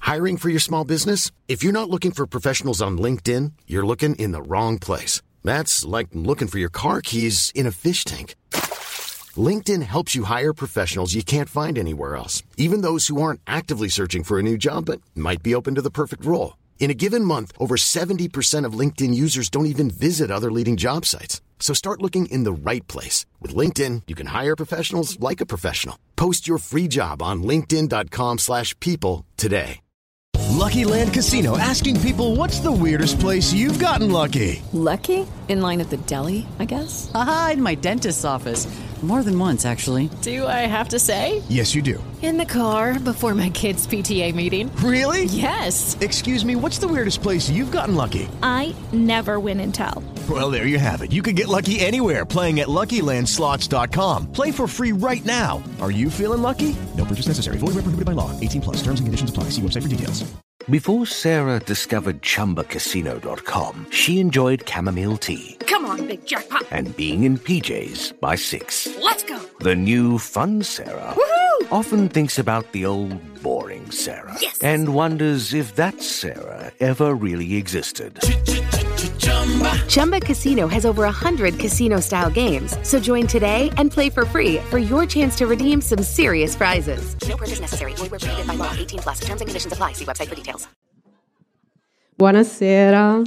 Hiring for your small business? If you're not looking for professionals on LinkedIn, you're looking in the wrong place. That's like looking for your car keys in a fish tank. LinkedIn helps you hire professionals you can't find anywhere else, even those who aren't actively searching for a new job but might be open to the perfect role. In a given month, over 70% of LinkedIn users don't even visit other leading job sites. So start looking in the right place. With LinkedIn, you can hire professionals like a professional. Post your free job on linkedin.com/people today. Lucky Land Casino, asking people, what's the weirdest place you've gotten lucky? Lucky? In line at the deli, I guess? Aha, in my dentist's office. More than once, actually. Do I have to say? Yes, you do. In the car before my kids' PTA meeting. Really? Yes. Excuse me, what's the weirdest place you've gotten lucky? I never win and tell. Well, there you have it. You can get lucky anywhere, playing at LuckyLandSlots.com. Play for free right now. Are you feeling lucky? No purchase necessary. Void where prohibited by law. 18+. Terms and conditions apply. See website for details. Before Sarah discovered ChumbaCasino.com, she enjoyed chamomile tea. Come on, big jackpot. And being in PJs by 6. Let's go. The new fun Sarah Woohoo! often thinks about the old boring Sarah. Yes. And wonders if that Sarah ever really existed. Chumba Casino has over 100 casino-style games. So join today and play for free for your chance to redeem some serious prizes. No purchase necessary. Void where prohibited by law. 18+. Terms and conditions apply. See website for details. Buonasera.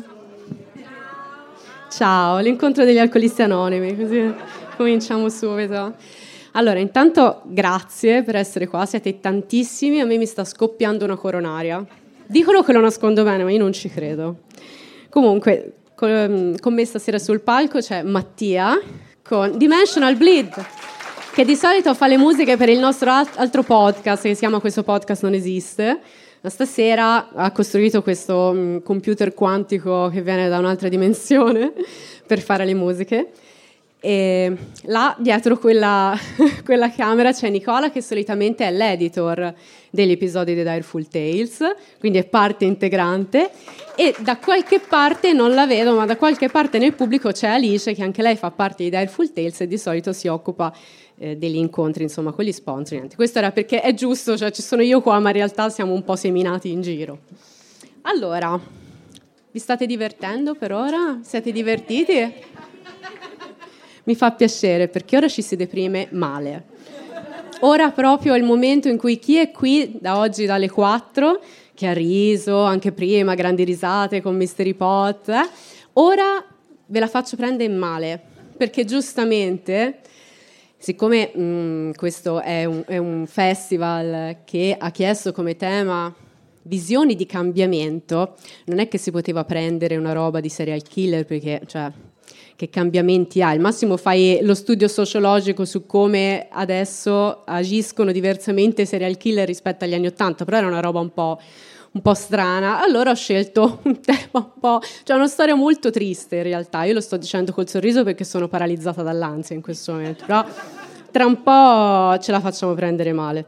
Ciao, l'incontro degli alcolisti anonimi, così cominciamo subito. Allora, intanto grazie per essere qua, siete tantissimi, a me mi sta scoppiando una coronaria. Dicono che lo nascondo bene, ma io non ci credo. Comunque, con me stasera sul palco c'è Mattia con Dimensional Bleed, che di solito fa le musiche per il nostro altro podcast che si chiama Questo Podcast Non Esiste. Ma stasera ha costruito questo computer quantico che viene da un'altra dimensione per fare le musiche. E là dietro quella camera c'è Nicola, che solitamente è l'editor degli episodi di Direful Tales, quindi è parte integrante, e da qualche parte, non la vedo, ma da qualche parte nel pubblico c'è Alice, che anche lei fa parte di Direful Tales e di solito si occupa degli incontri, insomma, con gli sponsor. Questo era perché è giusto, cioè ci sono io qua, ma in realtà siamo un po' seminati in giro. Allora, vi state divertendo per ora? Siete divertiti? Mi fa piacere, perché ora ci si deprime male. Ora proprio è il momento in cui chi è qui da oggi dalle 4, che ha riso anche prima, grandi risate con Mystery Pot, ora ve la faccio prendere male, perché giustamente, siccome questo è un festival che ha chiesto come tema visioni di cambiamento, non è che si poteva prendere una roba di serial killer, perché, cioè, che cambiamenti ha? Al massimo fai lo studio sociologico su come adesso agiscono diversamente i serial killer rispetto agli anni '80, però era una roba un po' strana. Allora ho scelto un tema un po', cioè una storia molto triste in realtà. Io lo sto dicendo col sorriso perché sono paralizzata dall'ansia in questo momento, però tra un po' ce la facciamo prendere male.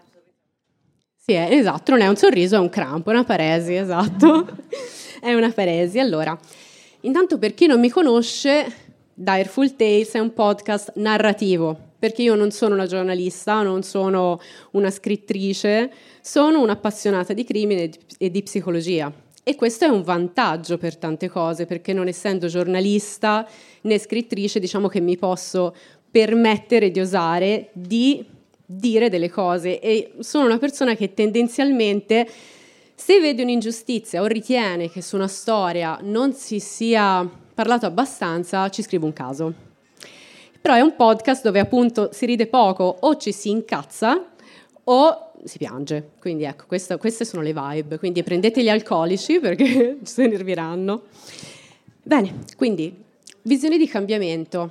Sì, esatto, non è un sorriso, è un crampo, è una paresi, esatto. È una paresi. Allora, intanto, per chi non mi conosce, Direful Tales è un podcast narrativo, perché io non sono una giornalista, non sono una scrittrice, sono un'appassionata di crimine e di psicologia. E questo è un vantaggio per tante cose, perché non essendo giornalista né scrittrice, diciamo che mi posso permettere di osare di dire delle cose, e sono una persona che tendenzialmente, se vede un'ingiustizia o ritiene che su una storia non si sia parlato abbastanza, ci scrivo un caso. Però è un podcast dove appunto si ride poco, o ci si incazza o si piange. Quindi ecco, queste sono le vibe. Quindi prendete gli alcolici perché ci serviranno. Bene, quindi visioni di cambiamento.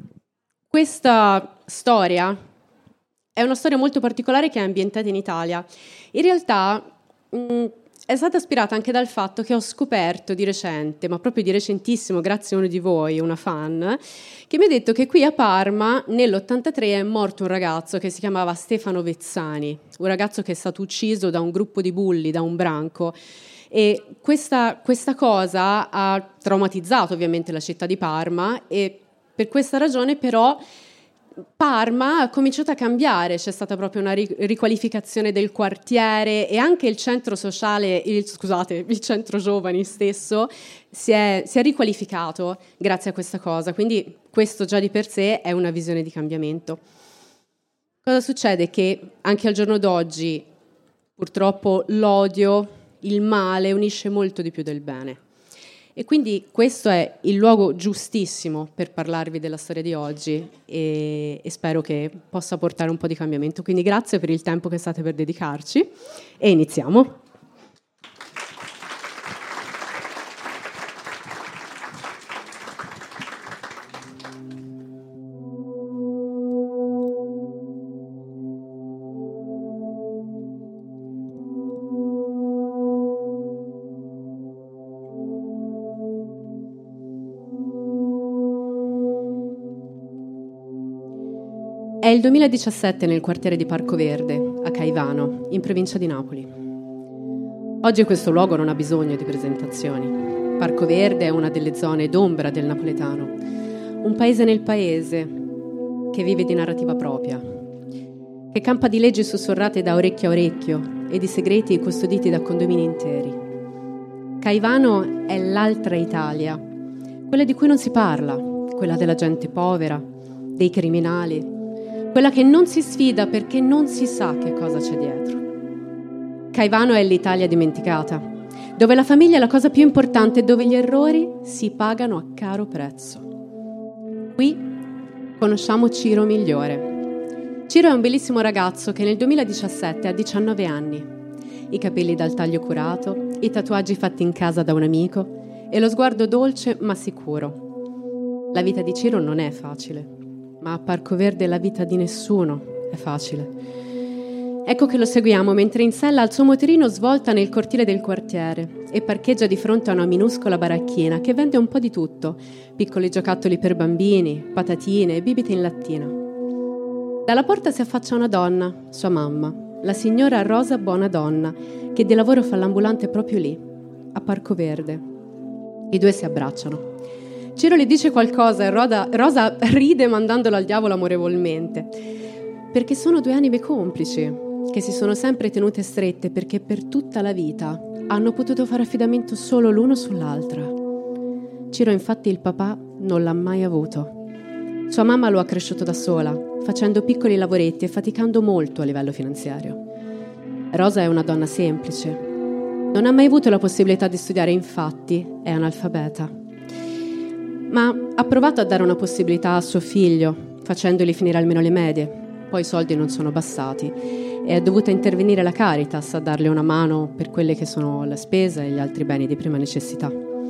Questa storia è una storia molto particolare che è ambientata in Italia. In realtà è stata ispirata anche dal fatto che ho scoperto di recente, ma proprio di recentissimo, grazie a uno di voi, una fan, che mi ha detto che qui a Parma nell'83 è morto un ragazzo che si chiamava Stefano Vezzani, un ragazzo che è stato ucciso da un gruppo di bulli, da un branco. E questa cosa ha traumatizzato ovviamente la città di Parma, e per questa ragione però Parma ha cominciato a cambiare, c'è stata proprio una riqualificazione del quartiere e anche il centro sociale, il centro giovani stesso si è riqualificato grazie a questa cosa, quindi questo già di per sé è una visione di cambiamento. Cosa succede? Che anche al giorno d'oggi purtroppo l'odio, il male unisce molto di più del bene. E quindi questo è il luogo giustissimo per parlarvi della storia di oggi e spero che possa portare un po' di cambiamento. Quindi grazie per il tempo che state per dedicarci e iniziamo. È il 2017 nel quartiere di Parco Verde, a Caivano, in provincia di Napoli. Oggi questo luogo non ha bisogno di presentazioni. Parco Verde è una delle zone d'ombra del napoletano, un paese nel paese che vive di narrativa propria, che campa di leggi sussurrate da orecchio a orecchio e di segreti custoditi da condomini interi. Caivano è l'altra Italia, quella di cui non si parla, quella della gente povera, dei criminali, quella che non si sfida perché non si sa che cosa c'è dietro. Caivano è l'Italia dimenticata, dove la famiglia è la cosa più importante e dove gli errori si pagano a caro prezzo. Qui conosciamo Ciro Migliore. Ciro è un bellissimo ragazzo che nel 2017 ha 19 anni, i capelli dal taglio curato, i tatuaggi fatti in casa da un amico e lo sguardo dolce ma sicuro. La vita di Ciro non è facile. Ma a Parco Verde la vita di nessuno è facile. Ecco che lo seguiamo mentre in sella al suo motorino svolta nel cortile del quartiere e parcheggia di fronte a una minuscola baracchina che vende un po' di tutto, piccoli giocattoli per bambini, patatine e bibite in lattina. Dalla porta si affaccia una donna, sua mamma, la signora Rosa Buonadonna, che di lavoro fa l'ambulante proprio lì, a Parco Verde. I due si abbracciano. Ciro le dice qualcosa e Rosa ride mandandolo al diavolo amorevolmente, perché sono due anime complici che si sono sempre tenute strette perché per tutta la vita hanno potuto fare affidamento solo l'uno sull'altra. Ciro infatti il papà non l'ha mai avuto. Sua mamma lo ha cresciuto da sola, facendo piccoli lavoretti e faticando molto a livello finanziario. Rosa è una donna semplice. Non ha mai avuto la possibilità di studiare, infatti è analfabeta. Ma ha provato a dare una possibilità a suo figlio, facendogli finire almeno le medie. Poi i soldi non sono bastati e è dovuta intervenire la Caritas a darle una mano per quelle che sono la spesa e gli altri beni di prima necessità.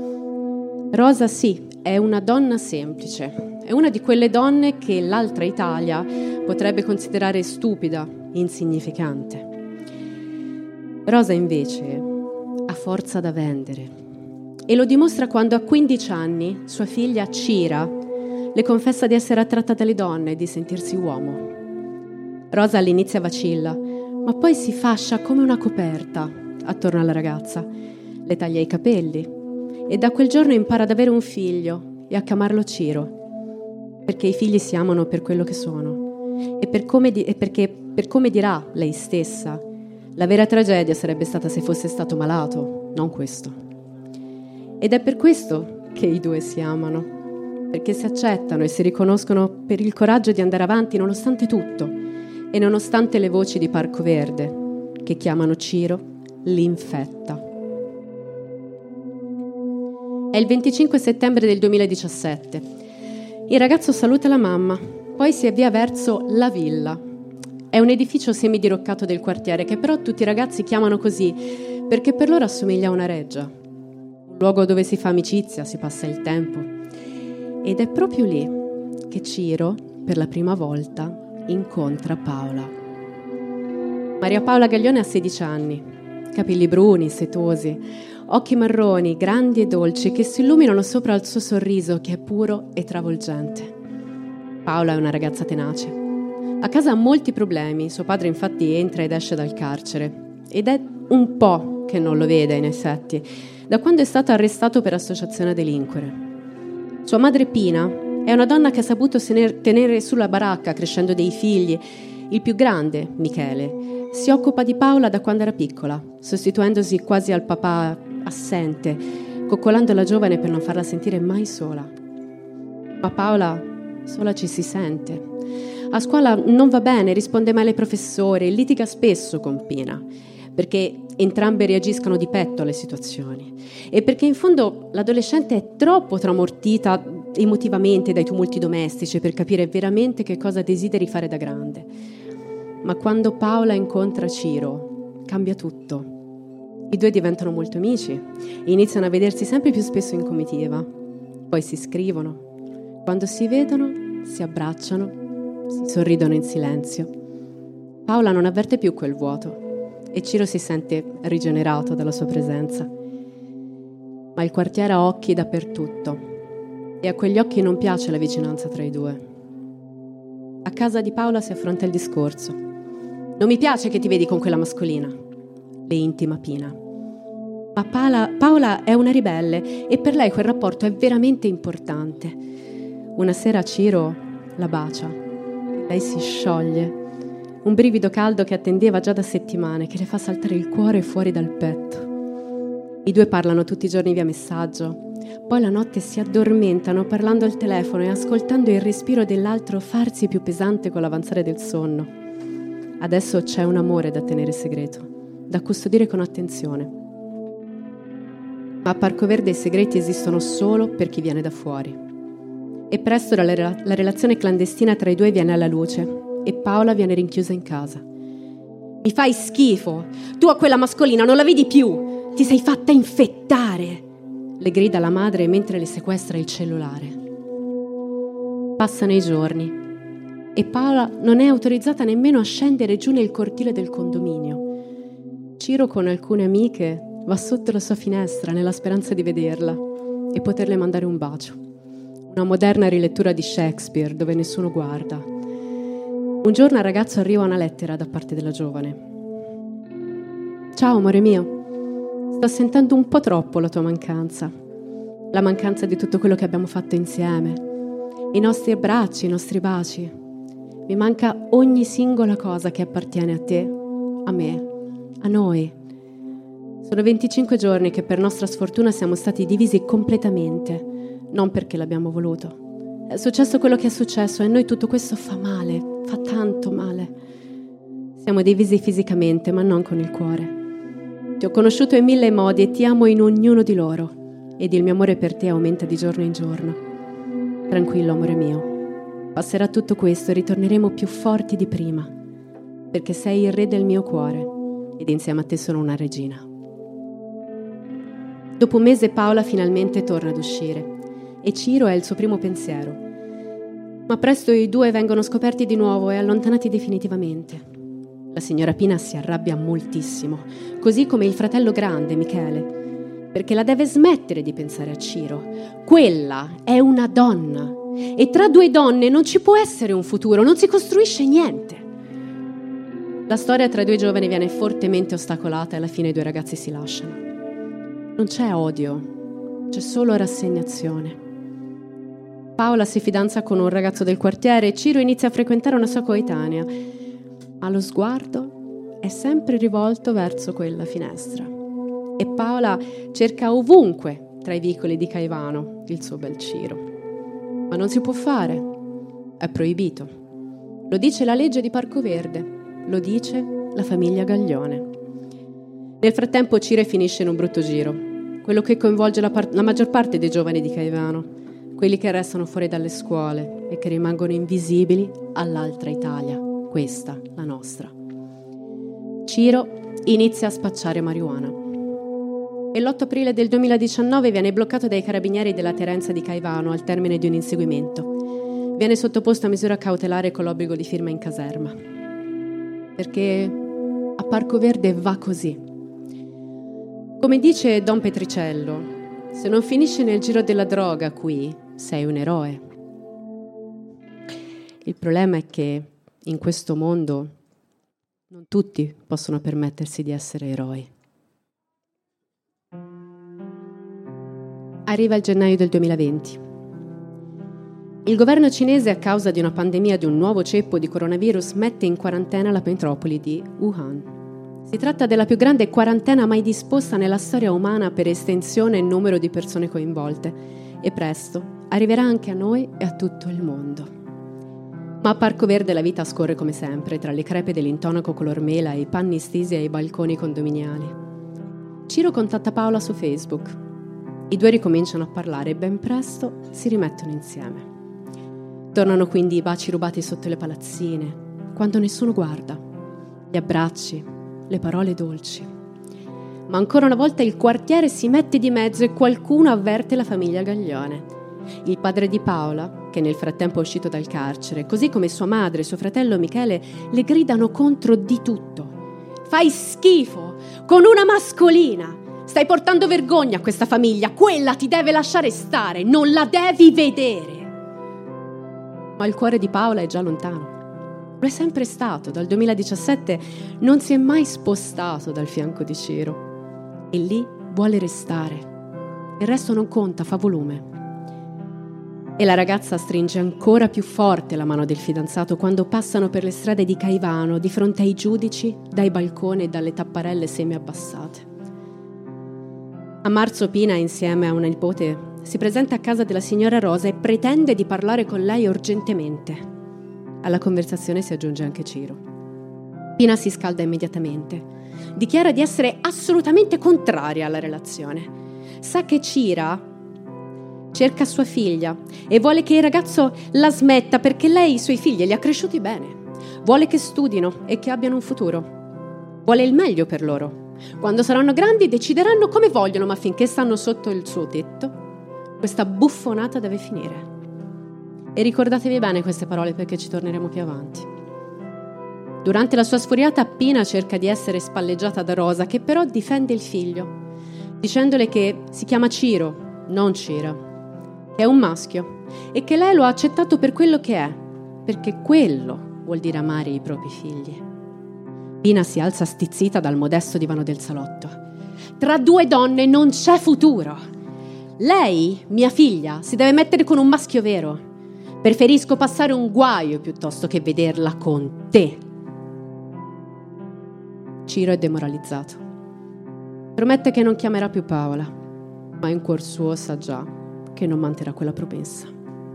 Rosa sì, è una donna semplice. È una di quelle donne che l'altra Italia potrebbe considerare stupida, insignificante. Rosa invece ha forza da vendere. E lo dimostra quando a 15 anni sua figlia Cira le confessa di essere attratta dalle donne e di sentirsi uomo. Rosa all'inizio vacilla, ma poi si fascia come una coperta attorno alla ragazza, le taglia i capelli e da quel giorno impara ad avere un figlio e a chiamarlo Ciro, perché i figli si amano per quello che sono e perché per come dirà lei stessa, la vera tragedia sarebbe stata se fosse stato malato, non questo. Ed è per questo che i due si amano, perché si accettano e si riconoscono per il coraggio di andare avanti nonostante tutto e nonostante le voci di Parco Verde, che chiamano Ciro l'infetta. È il 25 settembre del 2017. Il ragazzo saluta la mamma, poi si avvia verso la villa. È un edificio semidiroccato del quartiere che però tutti i ragazzi chiamano così perché per loro assomiglia a una reggia. Un luogo dove si fa amicizia, si passa il tempo. Ed è proprio lì che Ciro, per la prima volta, incontra Paola. Maria Paola Gaglione ha 16 anni, capelli bruni, setosi, occhi marroni, grandi e dolci che si illuminano sopra il suo sorriso che è puro e travolgente. Paola è una ragazza tenace. A casa ha molti problemi, suo padre infatti entra ed esce dal carcere ed è un po' che non lo vede in effetti, da quando è stato arrestato per associazione a delinquere. Sua madre Pina È una donna che ha saputo tenere sulla baracca, crescendo dei figli. Il più grande, Michele, si occupa di Paola da quando era piccola, sostituendosi quasi al papà assente, coccolando la giovane per non farla sentire mai sola. Ma Paola sola ci si sente. A scuola non va bene, risponde male ai professori, litiga spesso con Pina, perché entrambe reagiscono di petto alle situazioni e perché in fondo l'adolescente è troppo tramortita emotivamente dai tumulti domestici per capire veramente che cosa desideri fare da grande. Ma quando Paola incontra Ciro, cambia tutto. I due diventano molto amici e iniziano a vedersi sempre più spesso in comitiva. Poi si scrivono. Quando si vedono, si abbracciano, si sorridono in silenzio. Paola non avverte più quel vuoto e Ciro si sente rigenerato dalla sua presenza. Ma il quartiere ha occhi dappertutto e a quegli occhi non piace la vicinanza tra i due. A casa di Paola si affronta il discorso. Non mi piace che ti vedi con quella mascolina, le intima Pina. Ma Paola è una ribelle e per lei quel rapporto è veramente importante. Una sera Ciro la bacia e lei si scioglie. Un brivido caldo che attendeva già da settimane, che le fa saltare il cuore fuori dal petto. I due parlano tutti i giorni via messaggio. Poi la notte si addormentano parlando al telefono e ascoltando il respiro dell'altro farsi più pesante con l'avanzare del sonno. Adesso c'è un amore da tenere segreto, da custodire con attenzione. Ma a Parco Verde i segreti esistono solo per chi viene da fuori. E presto la relazione clandestina tra i due viene alla luce e Paola viene rinchiusa in casa. Mi fai schifo! Tu a quella mascolina non la vedi più! Ti sei fatta infettare! Le grida la madre mentre le sequestra il cellulare. Passano i giorni e Paola non è autorizzata nemmeno a scendere giù nel cortile del condominio. Ciro con alcune amiche va sotto la sua finestra nella speranza di vederla e poterle mandare un bacio. Una moderna rilettura di Shakespeare dove nessuno guarda. Un giorno al ragazzo arriva una lettera da parte della giovane. Ciao amore mio. Sto sentendo un po' troppo la tua mancanza, la mancanza di tutto quello che abbiamo fatto insieme, i nostri abbracci, i nostri baci. Mi manca ogni singola cosa che appartiene a te, a me, a noi. Sono 25 giorni che per nostra sfortuna siamo stati divisi completamente, non perché l'abbiamo voluto. È successo quello che è successo e a noi tutto questo fa male, fa tanto male. Siamo divisi fisicamente, ma non con il cuore. Ti ho conosciuto in 1000 modi e ti amo in ognuno di loro, ed il mio amore per te aumenta di giorno in giorno. Tranquillo, amore mio, passerà tutto questo e ritorneremo più forti di prima, perché sei il re del mio cuore ed insieme a te sono una regina. Dopo un mese Paola finalmente torna ad uscire e Ciro è il suo primo pensiero. Ma presto i due vengono scoperti di nuovo e allontanati definitivamente. La signora Pina si arrabbia moltissimo, così come il fratello grande, Michele, perché la deve smettere di pensare a Ciro. Quella è una donna e tra due donne non ci può essere un futuro, non si costruisce niente. La storia tra i due giovani viene fortemente ostacolata e alla fine i due ragazzi si lasciano. Non c'è odio, c'è solo rassegnazione. Paola si fidanza con un ragazzo del quartiere e Ciro inizia a frequentare una sua coetanea. Ma lo sguardo è sempre rivolto verso quella finestra e Paola cerca ovunque tra i vicoli di Caivano il suo bel Ciro. Ma non si può fare, è proibito. Lo dice la legge di Parco Verde, lo dice la famiglia Gaglione. Nel frattempo Ciro finisce in un brutto giro, quello che coinvolge la maggior parte dei giovani di Caivano, quelli che restano fuori dalle scuole e che rimangono invisibili all'altra Italia. Questa, la nostra. Ciro inizia a spacciare marijuana e l'8 aprile del 2019 viene bloccato dai carabinieri della Terenza di Caivano al termine di un inseguimento. Viene sottoposto a misura cautelare con l'obbligo di firma in caserma. Perché a Parco Verde va così. Come dice Don Petricello, se non finisci nel giro della droga qui, sei un eroe. Il problema è che in questo mondo non tutti possono permettersi di essere eroi. Arriva il gennaio del 2020. Il governo cinese, a causa di una pandemia di un nuovo ceppo di coronavirus, mette in quarantena la metropoli di Wuhan. Si tratta della più grande quarantena mai disposta nella storia umana per estensione e numero di persone coinvolte, e presto arriverà anche a noi e a tutto il mondo. Ma a Parco Verde la vita scorre come sempre, tra le crepe dell'intonaco color mela e i panni stesi ai balconi condominiali. Ciro contatta Paola su Facebook. I due ricominciano a parlare e ben presto si rimettono insieme. Tornano quindi i baci rubati sotto le palazzine, quando nessuno guarda, gli abbracci, le parole dolci. Ma ancora una volta il quartiere si mette di mezzo e qualcuno avverte la famiglia Gaglione. Il padre di Paola, che nel frattempo è uscito dal carcere, così come sua madre e suo fratello Michele, le gridano contro di tutto. Fai schifo, con una mascolina! Stai portando vergogna a questa famiglia, quella ti deve lasciare stare, non la devi vedere! Ma il cuore di Paola è già lontano. Lo è sempre stato, dal 2017 non si è mai spostato dal fianco di Ciro. E lì vuole restare. Il resto non conta, fa volume. E la ragazza stringe ancora più forte la mano del fidanzato quando passano per le strade di Caivano, di fronte ai giudici, dai balconi e dalle tapparelle semi-abbassate. A marzo Pina, insieme a una nipote, si presenta a casa della signora Rosa e pretende di parlare con lei urgentemente. Alla conversazione si aggiunge anche Ciro. Pina si scalda immediatamente. Dichiara di essere assolutamente contraria alla relazione. Sa che Cira cerca sua figlia e vuole che il ragazzo la smetta perché lei i suoi figli li ha cresciuti bene. Vuole che studino e che abbiano un futuro. Vuole il meglio per loro. Quando saranno grandi decideranno come vogliono, ma finché stanno sotto il suo tetto, questa buffonata deve finire. E ricordatevi bene queste parole perché ci torneremo più avanti. Durante la sua sfuriata, Pina cerca di essere spalleggiata da Rosa, che però difende il figlio, dicendole che si chiama Ciro, non Cira, che è un maschio e che lei lo ha accettato per quello che è, perché quello vuol dire amare i propri figli. Pina si alza stizzita dal modesto divano del salotto. Tra due donne non c'è futuro. Lei, mia figlia, si deve mettere con un maschio vero. Preferisco passare un guaio piuttosto che vederla con te. Ciro è demoralizzato. Promette che non chiamerà più Paola, ma in cuor suo sa già che non manterrà quella promessa.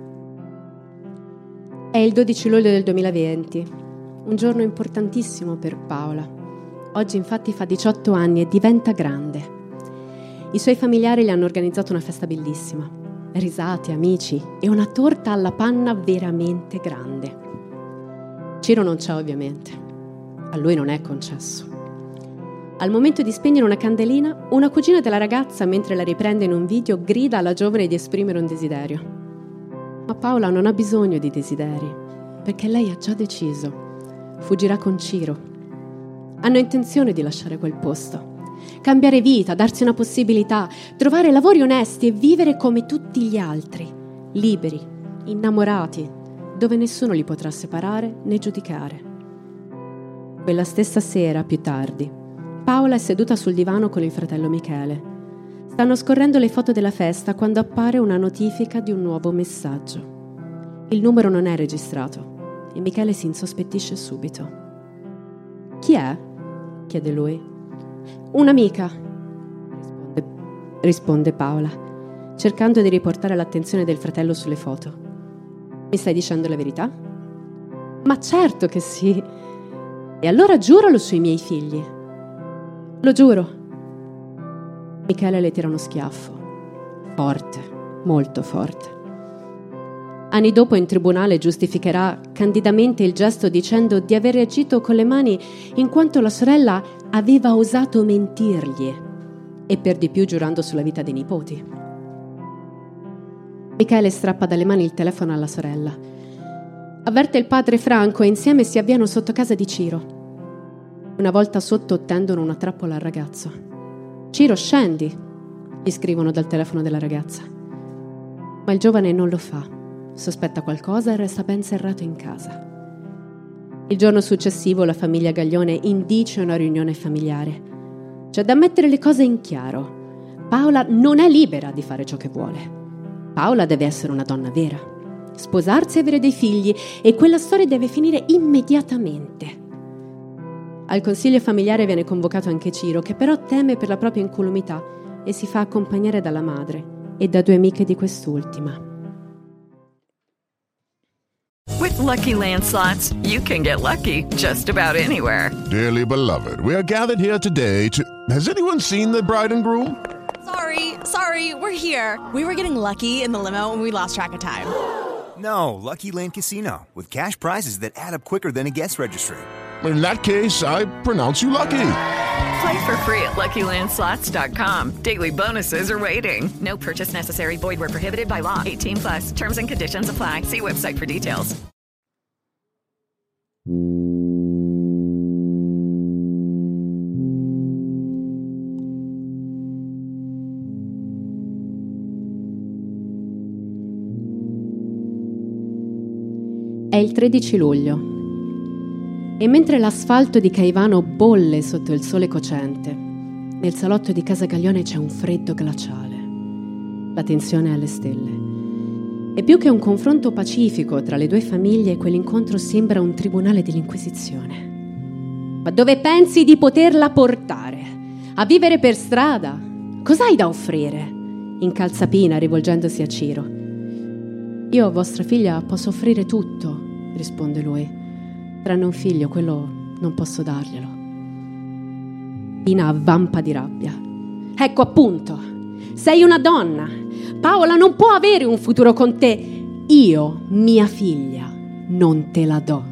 È il 12 luglio del 2020, un giorno importantissimo per Paola. Oggi infatti fa 18 anni e diventa grande. I suoi familiari le hanno organizzato una festa bellissima. Risate, amici e una torta alla panna veramente grande. Ciro non c'è ovviamente, a lui non è concesso. Al momento di spegnere una candelina, una cugina della ragazza, mentre la riprende in un video, grida alla giovane di esprimere un desiderio. Ma Paola non ha bisogno di desideri, perché lei ha già deciso. Fuggirà con Ciro. Hanno intenzione di lasciare quel posto. Cambiare vita, darsi una possibilità, trovare lavori onesti e vivere come tutti gli altri, liberi, innamorati, dove nessuno li potrà separare né giudicare. Quella stessa sera, più tardi, Paola è seduta sul divano con il fratello Michele. Stanno scorrendo le foto della festa quando appare una notifica di un nuovo messaggio. Il numero non è registrato e Michele si insospettisce subito. «Chi è?» chiede lui. «Un'amica», risponde Paola, cercando di riportare l'attenzione del fratello sulle foto. «Mi stai dicendo la verità?» «Ma certo che sì! E allora giuralo sui miei figli!» «Lo giuro!» Michele le tira uno schiaffo. Forte, molto forte. Anni dopo in tribunale giustificherà candidamente il gesto dicendo di aver reagito con le mani in quanto la sorella aveva osato mentirgli e per di più giurando sulla vita dei nipoti. Michele strappa dalle mani il telefono alla sorella. Avverte il padre Franco e insieme si avviano sotto casa di Ciro. Una volta sotto tendono una trappola al ragazzo. «Ciro, scendi!» gli scrivono dal telefono della ragazza. Ma il giovane non lo fa. Sospetta qualcosa e resta ben serrato in casa. Il giorno successivo la famiglia Gaglione indice una riunione familiare. C'è da mettere le cose in chiaro. Paola non è libera di fare ciò che vuole. Paola deve essere una donna vera. sposarsi e avere dei figli, e quella storia deve finire immediatamente. Al consiglio familiare viene convocato anche Ciro, che però teme per la propria incolumità e si fa accompagnare dalla madre e da 2 amiche di quest'ultima. With Lucky Land Slots, you can get lucky just about anywhere. Dearly beloved, we are gathered here today to... Has anyone seen the bride and groom? Sorry, we're here. We were getting lucky in the limo and we lost track of time. No, Lucky Land Casino, with cash prizes that add up quicker than a guest registry. In that case, I pronounce you lucky. Play for free at LuckyLandSlots.com. Daily bonuses are waiting. No purchase necessary. Void where prohibited by law. 18+. Terms and conditions apply. See website for details. È il 13 luglio e mentre l'asfalto di Caivano bolle sotto il sole cocente, nel salotto di Casa Gaglione c'è un freddo glaciale. La tensione è alle stelle. E più che un confronto pacifico tra le 2 famiglie, quell'incontro sembra un tribunale dell'Inquisizione. Ma dove pensi di poterla portare? A vivere per strada? Cos'hai da offrire? Incalza Pina rivolgendosi a Ciro. Io a vostra figlia posso offrire tutto, risponde lui. Tranne un figlio, quello non posso darglielo. Pina avvampa di rabbia. Ecco appunto, sei una donna. Paola non può avere un futuro con te. Io, mia figlia, non te la do.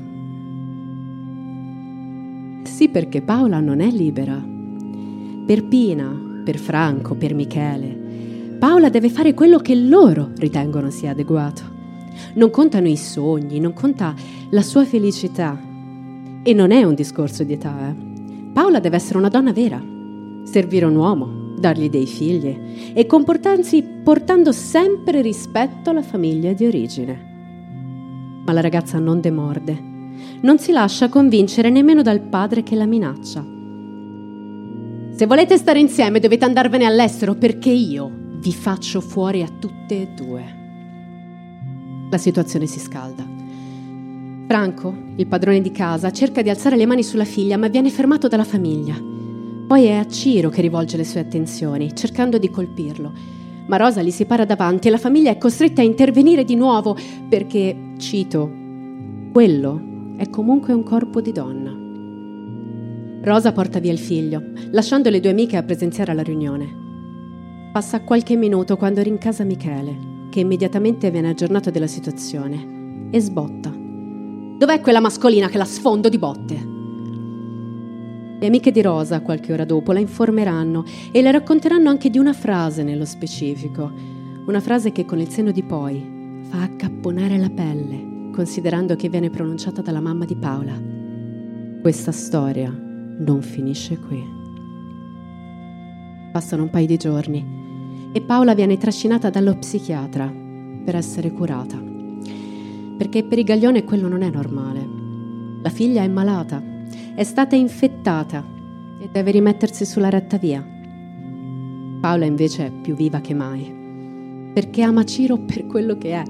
Sì, perché Paola non è libera. Per Pina, per Franco, per Michele, Paola deve fare quello che loro ritengono sia adeguato. Non contano i sogni, non conta la sua felicità. E non è un discorso di età, Paola deve essere una donna vera, servire un uomo, dargli dei figli e comportarsi portando sempre rispetto alla famiglia di origine. Ma la ragazza non demorde, non si lascia convincere nemmeno dal padre che la minaccia. Se volete stare insieme dovete andarvene all'estero, perché io vi faccio fuori a tutte e 2. La situazione si scalda. Franco, il padrone di casa, cerca di alzare le mani sulla figlia, ma viene fermato dalla famiglia. Poi è a Ciro che rivolge le sue attenzioni, cercando di colpirlo. Ma Rosa gli si para davanti e la famiglia è costretta a intervenire di nuovo perché, cito, quello è comunque un corpo di donna. Rosa porta via il figlio, lasciando le 2 amiche a presenziare alla riunione. Passa qualche minuto quando rincasa Michele, che immediatamente viene aggiornato della situazione, e sbotta. Dov'è quella mascolina che la sfondo di botte? Le amiche di Rosa, qualche ora dopo, la informeranno e le racconteranno anche di una frase nello specifico. Una frase che con il senno di poi fa accapponare la pelle, considerando che viene pronunciata dalla mamma di Paola. Questa storia non finisce qui. Passano un paio di giorni e Paola viene trascinata dallo psichiatra per essere curata. Perché per i Gaglione quello non è normale. La figlia è malata, è stata infettata e deve rimettersi sulla retta via. Paola invece è più viva che mai, perché ama Ciro per quello che è.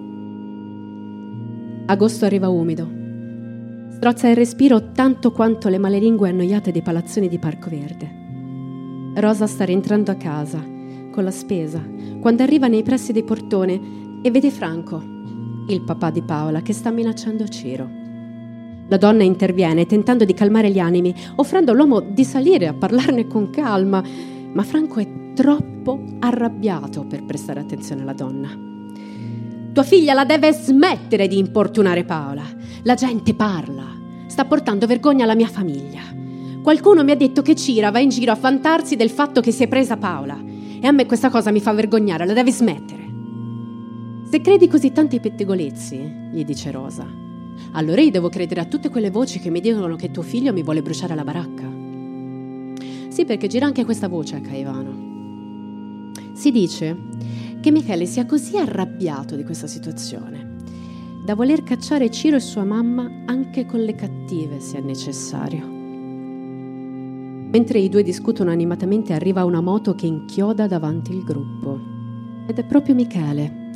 Agosto arriva umido. Strozza il respiro tanto quanto le malelingue annoiate dei palazzoni di Parco Verde. Rosa sta rientrando a casa, con la spesa, quando arriva nei pressi del portone e vede Franco, il papà di Paola, che sta minacciando Ciro. La donna interviene tentando di calmare gli animi, offrendo all'uomo di salire a parlarne con calma, ma Franco è troppo arrabbiato per prestare attenzione alla donna. Tua figlia la deve smettere di importunare Paola. La gente parla, sta portando vergogna alla mia famiglia. Qualcuno mi ha detto che Cira va in giro a vantarsi del fatto che si è presa Paola e a me questa cosa mi fa vergognare, la deve smettere. Se credi così tanto ai pettegolezzi, gli dice Rosa, allora io devo credere a tutte quelle voci che mi dicono che tuo figlio mi vuole bruciare la baracca. Sì, perché gira anche questa voce a Caivano. Si dice che Michele sia così arrabbiato di questa situazione da voler cacciare Ciro e sua mamma anche con le cattive, se è necessario. Mentre i 2 discutono animatamente, arriva una moto che inchioda davanti il gruppo. Ed è proprio Michele,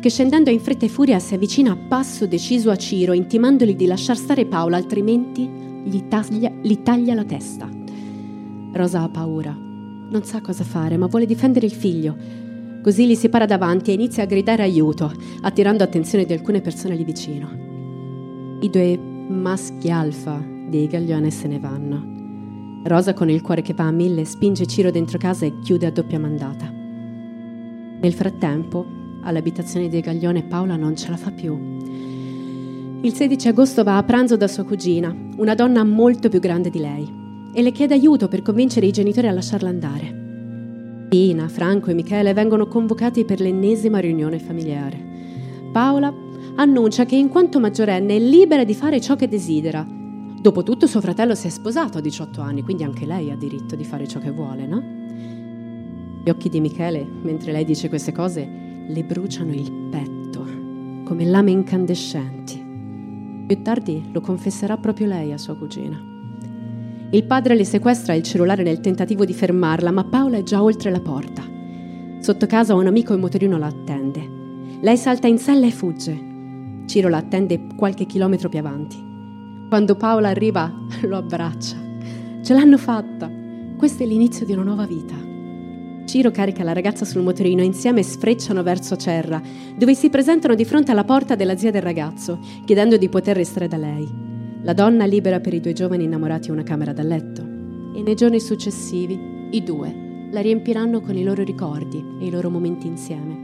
che scendendo in fretta e furia si avvicina a passo deciso a Ciro, intimandogli di lasciar stare Paola, altrimenti gli taglia la testa. Rosa ha paura, non sa cosa fare, ma vuole difendere il figlio. Così gli si para davanti e inizia a gridare aiuto, attirando attenzione di alcune persone lì vicino. I 2 maschi alfa dei Gaglione se ne vanno. Rosa, con il cuore che va a 1000, spinge Ciro dentro casa e chiude a doppia mandata. Nel frattempo, all'abitazione dei Gaglione, Paola non ce la fa più. Il 16 agosto va a pranzo da sua cugina, una donna molto più grande di lei, e le chiede aiuto per convincere i genitori a lasciarla andare. Pina, Franco e Michele vengono convocati per l'ennesima riunione familiare. Paola annuncia che in quanto maggiorenne è libera di fare ciò che desidera. Dopotutto suo fratello si è sposato a 18 anni, quindi anche lei ha diritto di fare ciò che vuole, no? Gli occhi di Michele, mentre lei dice queste cose, le bruciano il petto, come lame incandescenti. Più tardi lo confesserà proprio lei a sua cugina. Il padre le sequestra il cellulare nel tentativo di fermarla, ma Paola è già oltre la porta. Sotto casa un amico in motorino la attende. Lei salta in sella e fugge. Ciro la attende qualche chilometro più avanti. Quando Paola arriva, lo abbraccia. Ce l'hanno fatta. Questo è l'inizio di una nuova vita. Ciro carica la ragazza sul motorino e insieme sfrecciano verso Cerra, dove si presentano di fronte alla porta della zia del ragazzo, chiedendo di poter restare da lei. La donna libera per i 2 giovani innamorati una camera da letto e nei giorni successivi i 2 la riempiranno con i loro ricordi e i loro momenti insieme.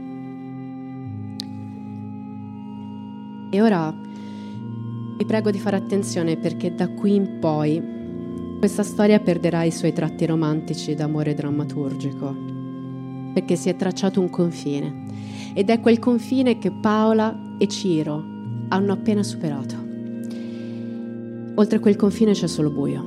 E ora vi prego di fare attenzione, perché da qui in poi questa storia perderà i suoi tratti romantici d'amore drammaturgico, perché si è tracciato un confine ed è quel confine che Paola e Ciro hanno appena superato. Oltre quel confine c'è solo buio.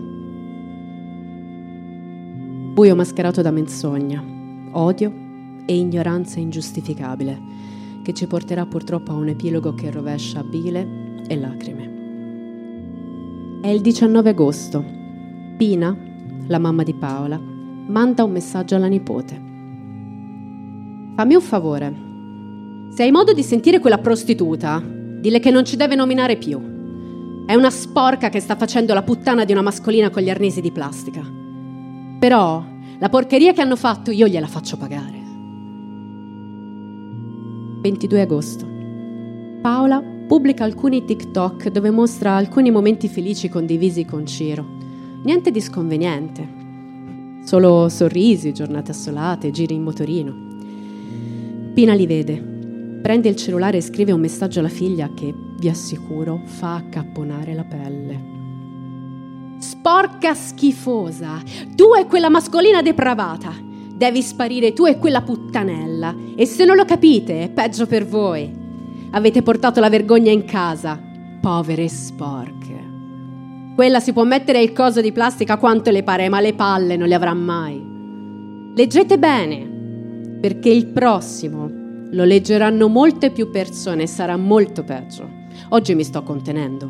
Buio mascherato da menzogna, odio e ignoranza ingiustificabile, che ci porterà purtroppo a un epilogo che rovescia bile e lacrime. È il 19 agosto. Pina, la mamma di Paola, manda un messaggio alla nipote. Fammi un favore. Se hai modo di sentire quella prostituta, dille che non ci deve nominare più. È una sporca che sta facendo la puttana di una mascolina con gli arnesi di plastica. Però la porcheria che hanno fatto io gliela faccio pagare. 22 agosto. Paola pubblica alcuni TikTok dove mostra alcuni momenti felici condivisi con Ciro. Niente di sconveniente. Solo sorrisi, giornate assolate, giri in motorino. Pina li vede. Prende il cellulare e scrive un messaggio alla figlia che, vi assicuro, fa accapponare la pelle. Sporca schifosa! Tu e quella mascolina depravata! Devi sparire tu e quella puttanella! E se non lo capite, è peggio per voi! Avete portato la vergogna in casa, povere sporche! Quella si può mettere il coso di plastica quanto le pare, ma le palle non le avrà mai! Leggete bene, perché il prossimo lo leggeranno molte più persone e sarà molto peggio. Oggi mi sto contenendo.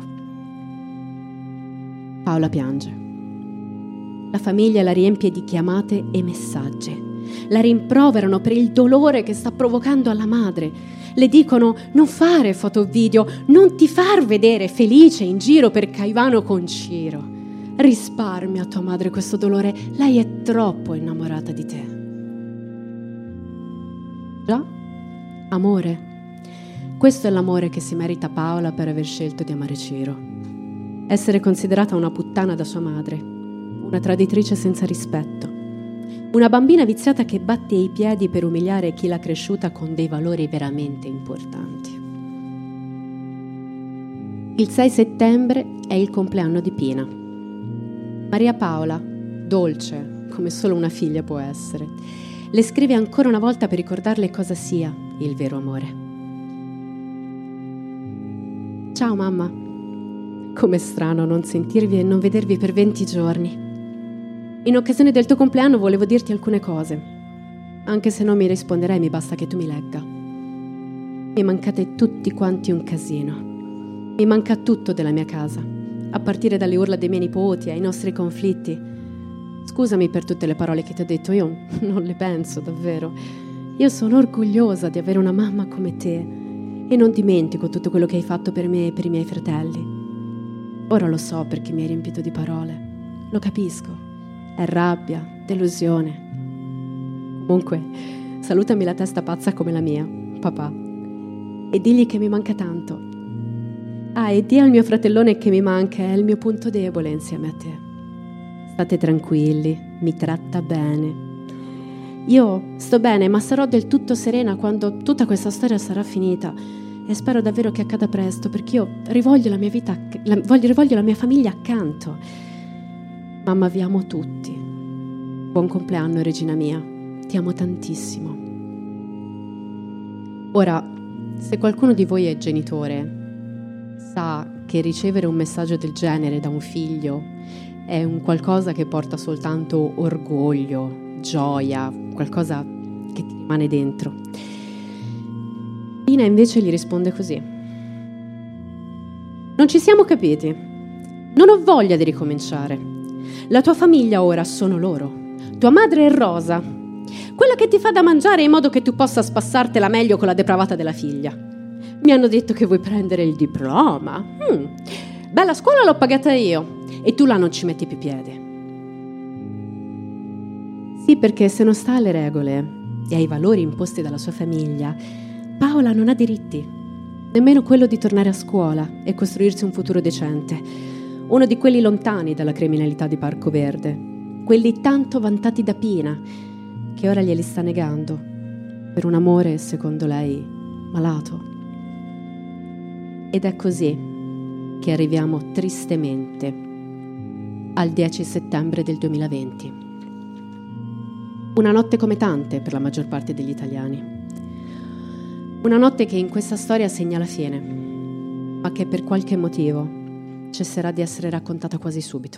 Paola piange. La famiglia la riempie di chiamate e messaggi. La rimproverano per il dolore che sta provocando alla madre. Le dicono: non fare foto o video, non ti far vedere felice in giro per Caivano con Ciro. Risparmia a tua madre questo dolore, lei è troppo innamorata di te. Già? Amore. Questo è l'amore che si merita Paola per aver scelto di amare Ciro. Essere considerata una puttana da sua madre, una traditrice senza rispetto, una bambina viziata che batte i piedi per umiliare chi l'ha cresciuta con dei valori veramente importanti. Il 6 settembre è il compleanno di Pina. Maria Paola, dolce come solo una figlia può essere, le scrive ancora una volta per ricordarle cosa sia il vero amore. Ciao mamma, com'è strano non sentirvi e non vedervi per 20 giorni. In occasione del tuo compleanno volevo dirti alcune cose, anche se non mi risponderai mi basta che tu mi legga. Mi mancate tutti quanti un casino. Mi manca tutto della mia casa, a partire dalle urla dei miei nipoti ai nostri conflitti. Scusami per tutte le parole che ti ho detto, io non le penso davvero. Io sono orgogliosa di avere una mamma come te E non dimentico tutto quello che hai fatto per me e per i miei fratelli. Ora lo so perché mi hai riempito di parole. Lo capisco. È rabbia, delusione. Comunque, salutami la testa pazza come la mia, papà. E digli che mi manca tanto. Ah, e di al mio fratellone che mi manca, è il mio punto debole insieme a te. State tranquilli, mi tratta bene. Io sto bene, ma sarò del tutto serena quando tutta questa storia sarà finita. E spero davvero che accada presto, perché io rivoglio la mia vita, rivoglio la mia famiglia accanto. Mamma, vi amo tutti. Buon compleanno, regina mia. Ti amo tantissimo. Ora, se qualcuno di voi è genitore, sa che ricevere un messaggio del genere da un figlio è un qualcosa che porta soltanto orgoglio, gioia, qualcosa che ti rimane dentro. Pina invece gli risponde così: non ci siamo capiti. Non ho voglia di ricominciare. La tua famiglia ora sono loro. Tua madre è Rosa, quella che ti fa da mangiare in modo che tu possa spassartela meglio con la depravata della figlia. Mi hanno detto che vuoi prendere il diploma. Beh, la scuola l'ho pagata io e tu là non ci metti più piede. Sì, perché se non sta alle regole e ai valori imposti dalla sua famiglia, Paola non ha diritti, nemmeno quello di tornare a scuola e costruirsi un futuro decente, uno di quelli lontani dalla criminalità di Parco Verde, quelli tanto vantati da Pina, che ora glieli sta negando, per un amore, secondo lei, malato. Ed è così che arriviamo tristemente al 10 settembre del 2020. Una notte come tante per la maggior parte degli italiani. Una notte che in questa storia segna la fine, ma che per qualche motivo cesserà di essere raccontata quasi subito.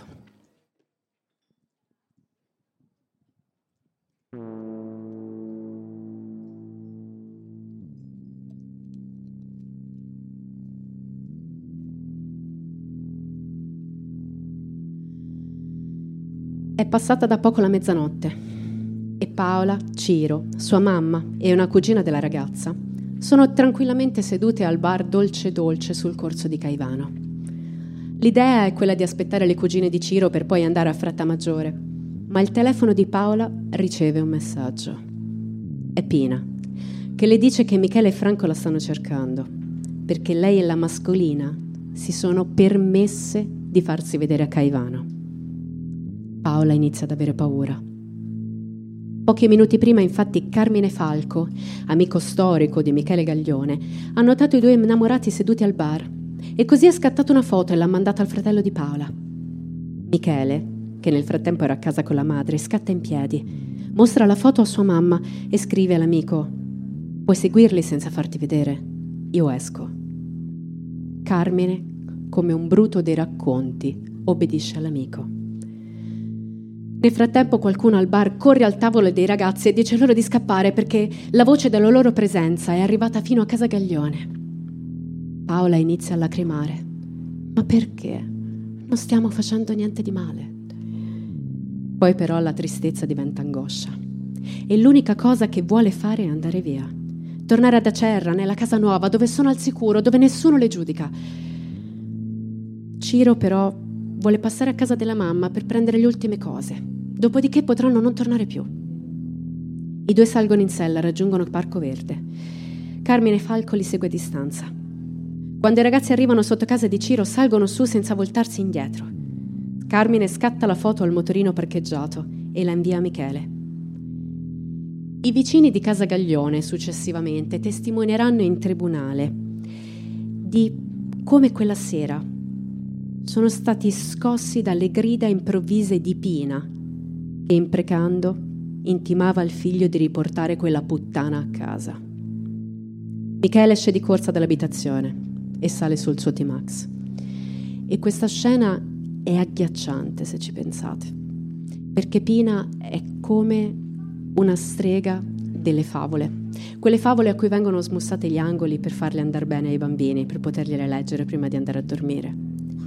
È passata da poco la mezzanotte e Paola, Ciro, sua mamma e una cugina della ragazza sono tranquillamente sedute al bar Dolce Dolce sul corso di Caivano. L'idea è quella di aspettare le cugine di Ciro per poi andare a Frattamaggiore, ma il telefono di Paola riceve un messaggio. È Pina, che le dice che Michele e Franco la stanno cercando, perché lei e la mascolina si sono permesse di farsi vedere a Caivano. Paola inizia ad avere paura. Pochi minuti prima, infatti, Carmine Falco, amico storico di Michele Gaglione, ha notato i due innamorati seduti al bar e così ha scattato una foto e l'ha mandata al fratello di Paola. Michele, che nel frattempo era a casa con la madre, scatta in piedi, mostra la foto a sua mamma e scrive all'amico: puoi seguirli senza farti vedere? Io esco. Carmine, come un bruto dei racconti, obbedisce all'amico. Nel frattempo qualcuno al bar corre al tavolo dei ragazzi e dice loro di scappare perché la voce della loro presenza è arrivata fino a casa Gaglione. Paola inizia a lacrimare. Ma perché? Non stiamo facendo niente di male. Poi però la tristezza diventa angoscia e l'unica cosa che vuole fare è andare via. Tornare ad Acerra, nella casa nuova, dove sono al sicuro, dove nessuno le giudica. Ciro però vuole passare a casa della mamma per prendere le ultime cose, dopodiché potranno non tornare più. I due salgono in sella, raggiungono Parco Verde. Carmine Falco li segue a distanza. Quando i ragazzi arrivano sotto casa di Ciro, salgono su senza voltarsi indietro. Carmine scatta la foto al motorino parcheggiato e la invia a Michele. I vicini di casa Gaglione, successivamente, testimonieranno in tribunale di come quella sera sono stati scossi dalle grida improvvise di Pina, che imprecando intimava al figlio di riportare quella puttana a casa. Michele esce di corsa dall'abitazione e sale sul suo T-Max. E questa scena è agghiacciante, se ci pensate, perché Pina è come una strega delle favole, quelle favole a cui vengono smussate gli angoli per farle andare bene ai bambini, per potergliele leggere prima di andare a dormire.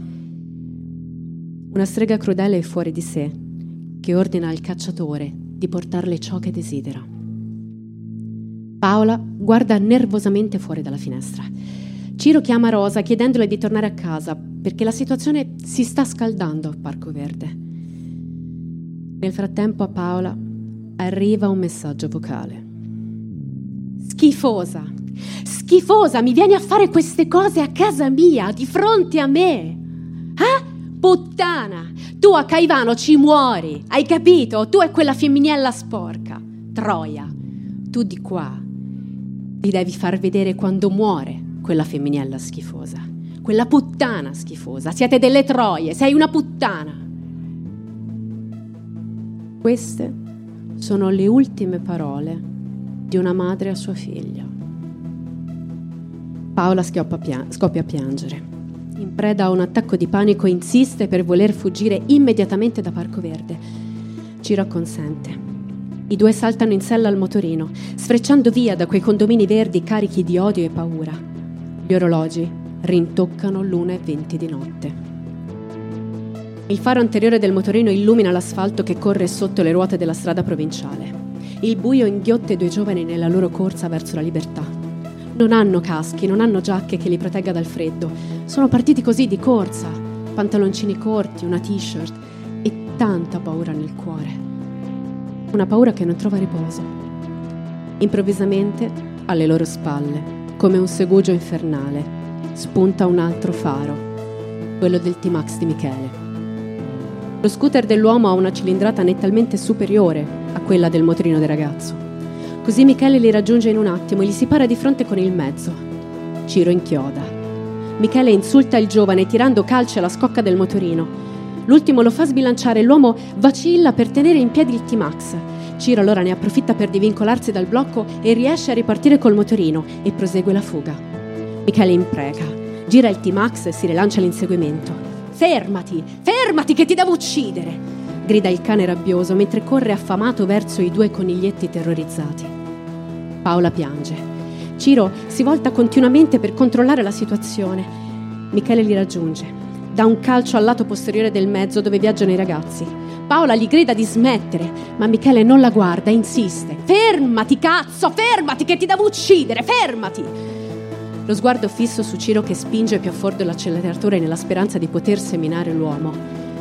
Una strega crudele e fuori di sé, che ordina al cacciatore di portarle ciò che desidera. Paola guarda nervosamente fuori dalla finestra. Ciro chiama Rosa chiedendole di tornare a casa perché la situazione si sta scaldando a Parco Verde. Nel frattempo a Paola arriva un messaggio vocale. Schifosa, schifosa, mi vieni a fare queste cose a casa mia, di fronte a me? Puttana, tu a Caivano ci muori, hai capito? Tu e quella femminiella sporca. Troia, tu di qua ti devi far vedere quando muore quella femminiella schifosa, quella puttana schifosa. Siete delle troie, sei una puttana. Queste sono le ultime parole di una madre a sua figlia. Paola scoppia a piangere. In preda a un attacco di panico insiste per voler fuggire immediatamente da Parco Verde. Ciro acconsente. I due saltano in sella al motorino, sfrecciando via da quei condomini verdi carichi di odio e paura. Gli orologi rintoccano l'1:20 di notte. Il faro anteriore del motorino illumina l'asfalto che corre sotto le ruote della strada provinciale. Il buio inghiotte i due giovani nella loro corsa verso la libertà. Non hanno caschi, non hanno giacche che li protegga dal freddo. Sono partiti così di corsa, pantaloncini corti, una t-shirt e tanta paura nel cuore. Una paura che non trova riposo. Improvvisamente, alle loro spalle, come un segugio infernale, spunta un altro faro, quello del T-Max di Michele. Lo scooter dell'uomo ha una cilindrata nettamente superiore a quella del motorino del ragazzo. Così Michele li raggiunge in un attimo e gli si para di fronte con il mezzo. Ciro inchioda. Michele insulta il giovane tirando calci alla scocca del motorino. L'ultimo lo fa sbilanciare e l'uomo vacilla per tenere in piedi il T-Max. Ciro allora ne approfitta per divincolarsi dal blocco e riesce a ripartire col motorino e prosegue la fuga. Michele impreca, gira il T-Max e si rilancia all'inseguimento. Fermati, fermati che ti devo uccidere! Grida il cane rabbioso mentre corre affamato verso i due coniglietti terrorizzati. Paola piange. Ciro si volta continuamente per controllare la situazione. Michele li raggiunge. Dà un calcio al lato posteriore del mezzo dove viaggiano i ragazzi. Paola gli grida di smettere, ma Michele non la guarda e insiste. Fermati, cazzo, fermati che ti devo uccidere, fermati! Lo sguardo fisso su Ciro che spinge più a fondo l'acceleratore nella speranza di poter seminare l'uomo.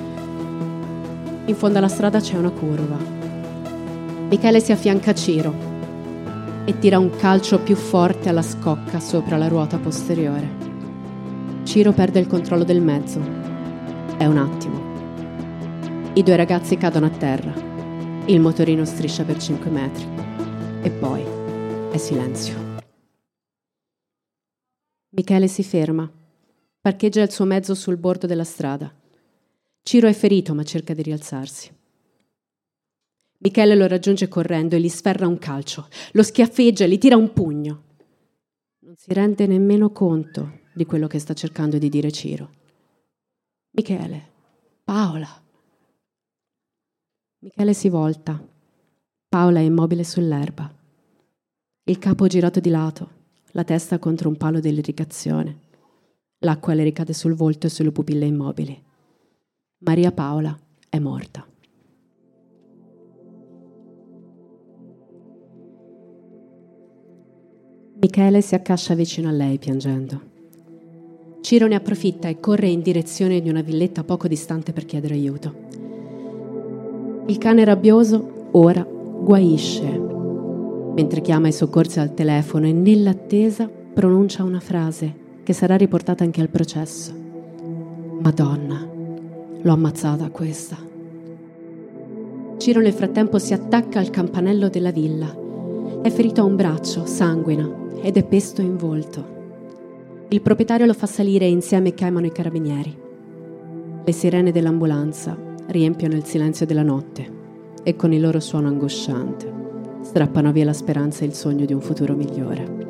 In fondo alla strada c'è una curva. Michele si affianca a Ciro e tira un calcio più forte alla scocca sopra la ruota posteriore. Ciro perde il controllo del mezzo. È un attimo. I due ragazzi cadono a terra. Il motorino striscia per 5 metri. E poi è silenzio. Michele si ferma. Parcheggia il suo mezzo sul bordo della strada. Ciro è ferito ma cerca di rialzarsi. Michele lo raggiunge correndo e gli sferra un calcio. Lo schiaffeggia e gli tira un pugno. Non si rende nemmeno conto di quello che sta cercando di dire Ciro. Michele, Paola. Michele si volta. Paola è immobile sull'erba. Il capo girato di lato, la testa contro un palo dell'irrigazione. L'acqua le ricade sul volto e sulle pupille immobili. Maria Paola è morta. Michele si accascia vicino a lei piangendo. Ciro ne approfitta e corre in direzione di una villetta poco distante per chiedere aiuto. Il cane rabbioso ora guaisce, mentre chiama i soccorsi al telefono e nell'attesa pronuncia una frase che sarà riportata anche al processo. Madonna, l'ho ammazzata questa. Ciro nel frattempo si attacca al campanello della villa. È ferito a un braccio, sanguina, ed è pesto in volto. Il proprietario lo fa salire e insieme chiamano i carabinieri. Le sirene dell'ambulanza riempiono il silenzio della notte e con il loro suono angosciante strappano via la speranza e il sogno di un futuro migliore.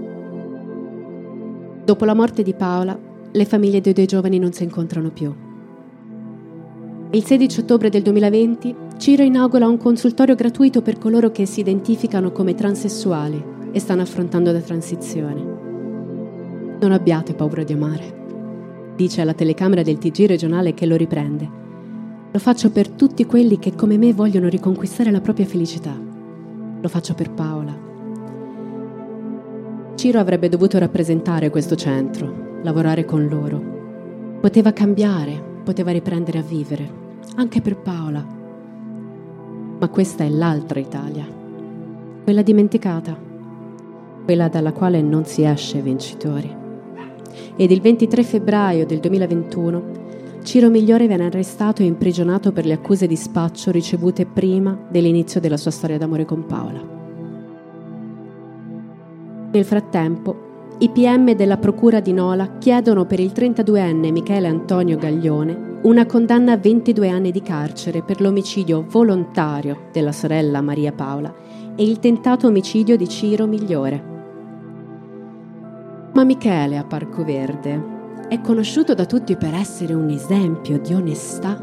Dopo la morte di Paola, le famiglie dei due giovani non si incontrano più. Il 16 ottobre del 2020, Ciro inaugura un consultorio gratuito per coloro che si identificano come transessuali e stanno affrontando la transizione. Non abbiate paura di amare, dice alla telecamera del TG regionale che lo riprende. Lo faccio per tutti quelli che come me vogliono riconquistare la propria felicità. Lo faccio per Paola. Ciro avrebbe dovuto rappresentare questo centro, lavorare con loro. Poteva cambiare, poteva riprendere a vivere, anche per Paola. Ma questa è l'altra Italia, quella dimenticata, quella dalla quale non si esce vincitori. Ed il 23 febbraio del 2021 Ciro Migliore viene arrestato e imprigionato per le accuse di spaccio ricevute prima dell'inizio della sua storia d'amore con Paola. Nel frattempo, i PM della procura di Nola chiedono per il 32enne Michele Antonio Gaglione una condanna a 22 anni di carcere per l'omicidio volontario della sorella Maria Paola e il tentato omicidio di Ciro Migliore. Ma Michele a Parco Verde è conosciuto da tutti per essere un esempio di onestà.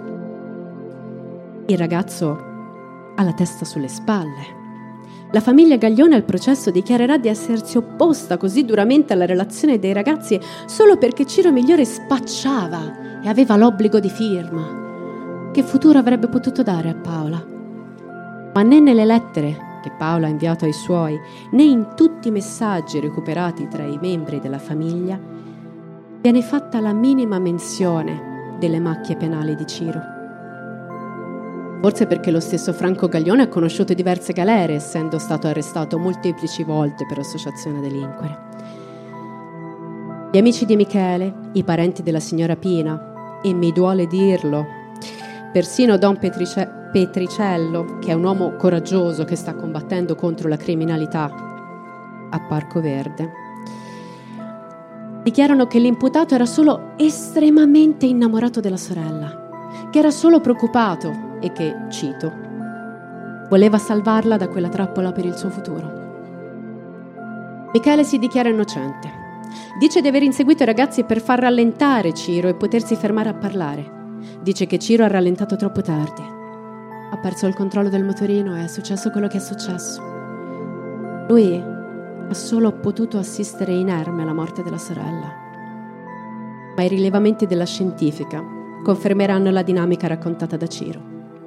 Il ragazzo ha la testa sulle spalle. La famiglia Gaglione al processo dichiarerà di essersi opposta così duramente alla relazione dei ragazzi solo perché Ciro Migliore spacciava e aveva l'obbligo di firma. Che futuro avrebbe potuto dare a Paola? Ma né nelle lettere che Paola ha inviato ai suoi, né in tutti i messaggi recuperati tra i membri della famiglia, viene fatta la minima menzione delle macchie penali di Ciro. Forse perché lo stesso Franco Gaglione ha conosciuto diverse galere, essendo stato arrestato molteplici volte per associazione a delinquere. Gli amici di Michele, i parenti della signora Pina, e mi duole dirlo, persino Don Petricello, che è un uomo coraggioso che sta combattendo contro la criminalità a Parco Verde, dichiarano che l'imputato era solo estremamente innamorato della sorella, che era solo preoccupato e che, cito, voleva salvarla da quella trappola per il suo futuro. Michele si dichiara innocente. Dice di aver inseguito i ragazzi per far rallentare Ciro e potersi fermare a parlare. Dice che Ciro ha rallentato troppo tardi. Ha perso il controllo del motorino e è successo quello che è successo. Lui ha solo potuto assistere inerme alla morte della sorella. Ma i rilevamenti della scientifica confermeranno la dinamica raccontata da Ciro.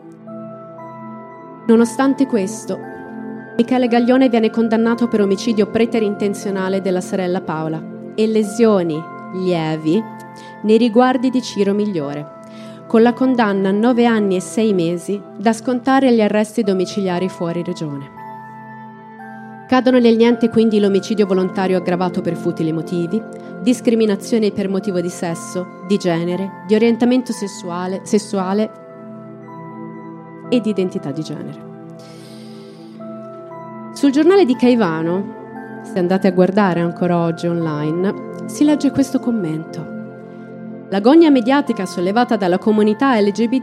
Nonostante questo, Michele Gaglione viene condannato per omicidio preterintenzionale della sorella Paola e lesioni lievi nei riguardi di Ciro Migliore, con la condanna a 9 anni e 6 mesi da scontare agli arresti domiciliari fuori regione. Cadono nel niente quindi l'omicidio volontario aggravato per futili motivi, discriminazione per motivo di sesso, di genere, di orientamento sessuale e di identità di genere. Sul giornale di Caivano, se andate a guardare ancora oggi online, si legge questo commento. La gogna mediatica sollevata dalla comunità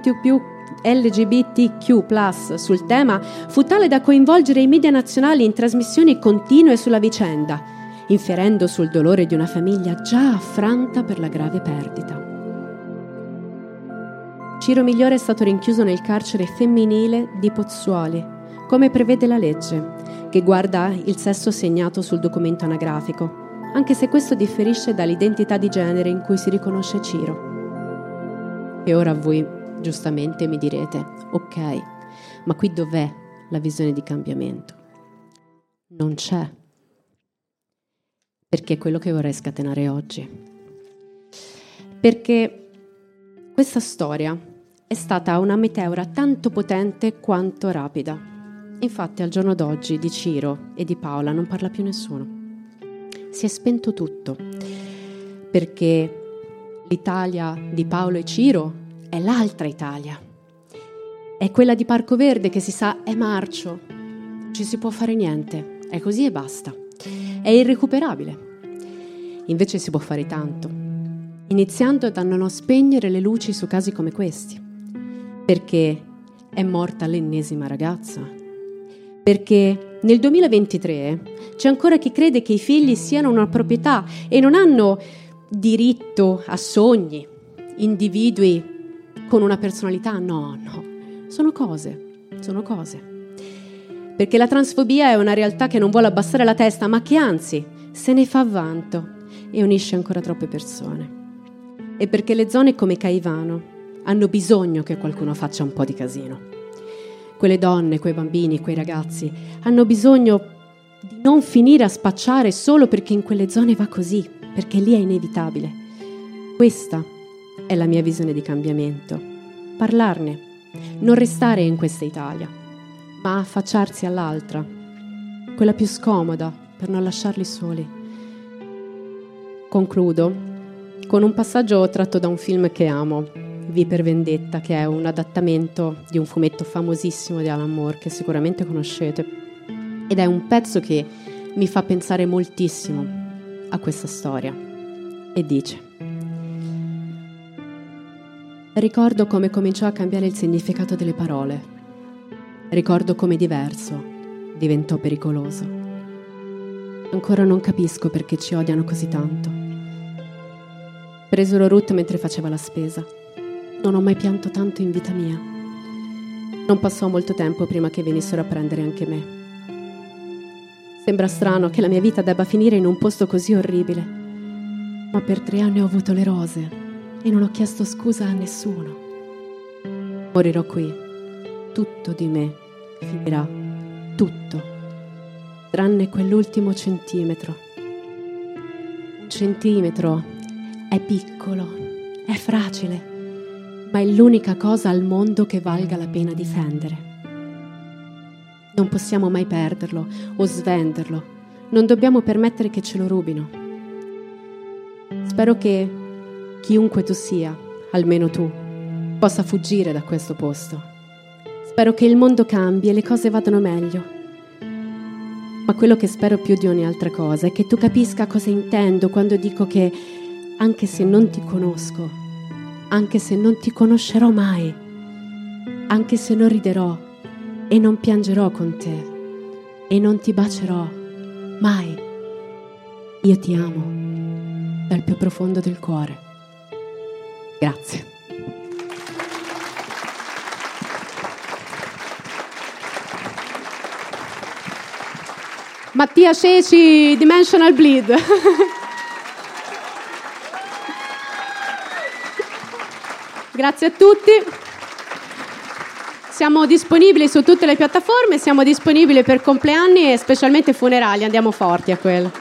LGBTQ+ sul tema fu tale da coinvolgere i media nazionali in trasmissioni continue sulla vicenda, inferendo sul dolore di una famiglia già affranta per la grave perdita. Ciro Migliore è stato rinchiuso nel carcere femminile di Pozzuoli, come prevede la legge, che guarda il sesso segnato sul documento anagrafico, anche se questo differisce dall'identità di genere in cui si riconosce Ciro. E ora voi giustamente mi direte, ok, ma qui dov'è la visione di cambiamento? Non c'è. Perché è quello che vorrei scatenare oggi. Perché questa storia è stata una meteora tanto potente quanto rapida. Infatti al giorno d'oggi di Ciro e di Paola non parla più nessuno. Si è spento tutto, perché l'Italia di Paolo e Ciro è l'altra Italia. È quella di Parco Verde che si sa è marcio, non ci si può fare niente, è così e basta. È irrecuperabile. Invece si può fare tanto, iniziando da non spegnere le luci su casi come questi. Perché è morta l'ennesima ragazza. Perché nel 2023 c'è ancora chi crede che i figli siano una proprietà e non hanno diritto a sogni, individui con una personalità. No, sono cose. Perché la transfobia è una realtà che non vuole abbassare la testa, ma che anzi se ne fa vanto e unisce ancora troppe persone. E perché le zone come Caivano hanno bisogno che qualcuno faccia un po' di casino. Quelle donne, quei bambini, quei ragazzi hanno bisogno di non finire a spacciare solo perché in quelle zone va così, perché lì è inevitabile. Questa è la mia visione di cambiamento. Parlarne, non restare in questa Italia, ma affacciarsi all'altra, quella più scomoda, per non lasciarli soli. Concludo con un passaggio tratto da un film che amo, V per Vendetta, che è un adattamento di un fumetto famosissimo di Alan Moore, che sicuramente conoscete, ed è un pezzo che mi fa pensare moltissimo a questa storia. E dice: ricordo come cominciò a cambiare il significato delle parole. Ricordo come diverso diventò pericoloso. Ancora non capisco perché ci odiano così tanto. Presero Ruth mentre faceva la spesa. Non ho mai pianto tanto in vita mia. Non passò molto tempo prima che venissero a prendere anche me. Sembra strano che la mia vita debba finire in un posto così orribile, ma per 3 anni ho avuto le rose e non ho chiesto scusa a nessuno. Morirò qui. Tutto di me finirà. Tutto. Tranne quell'ultimo centimetro. Un centimetro è piccolo, è fragile, ma è l'unica cosa al mondo che valga la pena difendere. Non possiamo mai perderlo o svenderlo. Non dobbiamo permettere che ce lo rubino. Spero che chiunque tu sia, almeno tu, possa fuggire da questo posto. Spero che il mondo cambi e le cose vadano meglio. Ma quello che spero più di ogni altra cosa è che tu capisca cosa intendo quando dico che anche se non ti conosco, anche se non ti conoscerò mai, anche se non riderò e non piangerò con te e non ti bacerò mai, io ti amo dal più profondo del cuore. Grazie. Mattia Ceci, Dimensional Bleed. Grazie a tutti. Siamo disponibili su tutte le piattaforme, siamo disponibili per compleanni e specialmente funerali, andiamo forti a quello.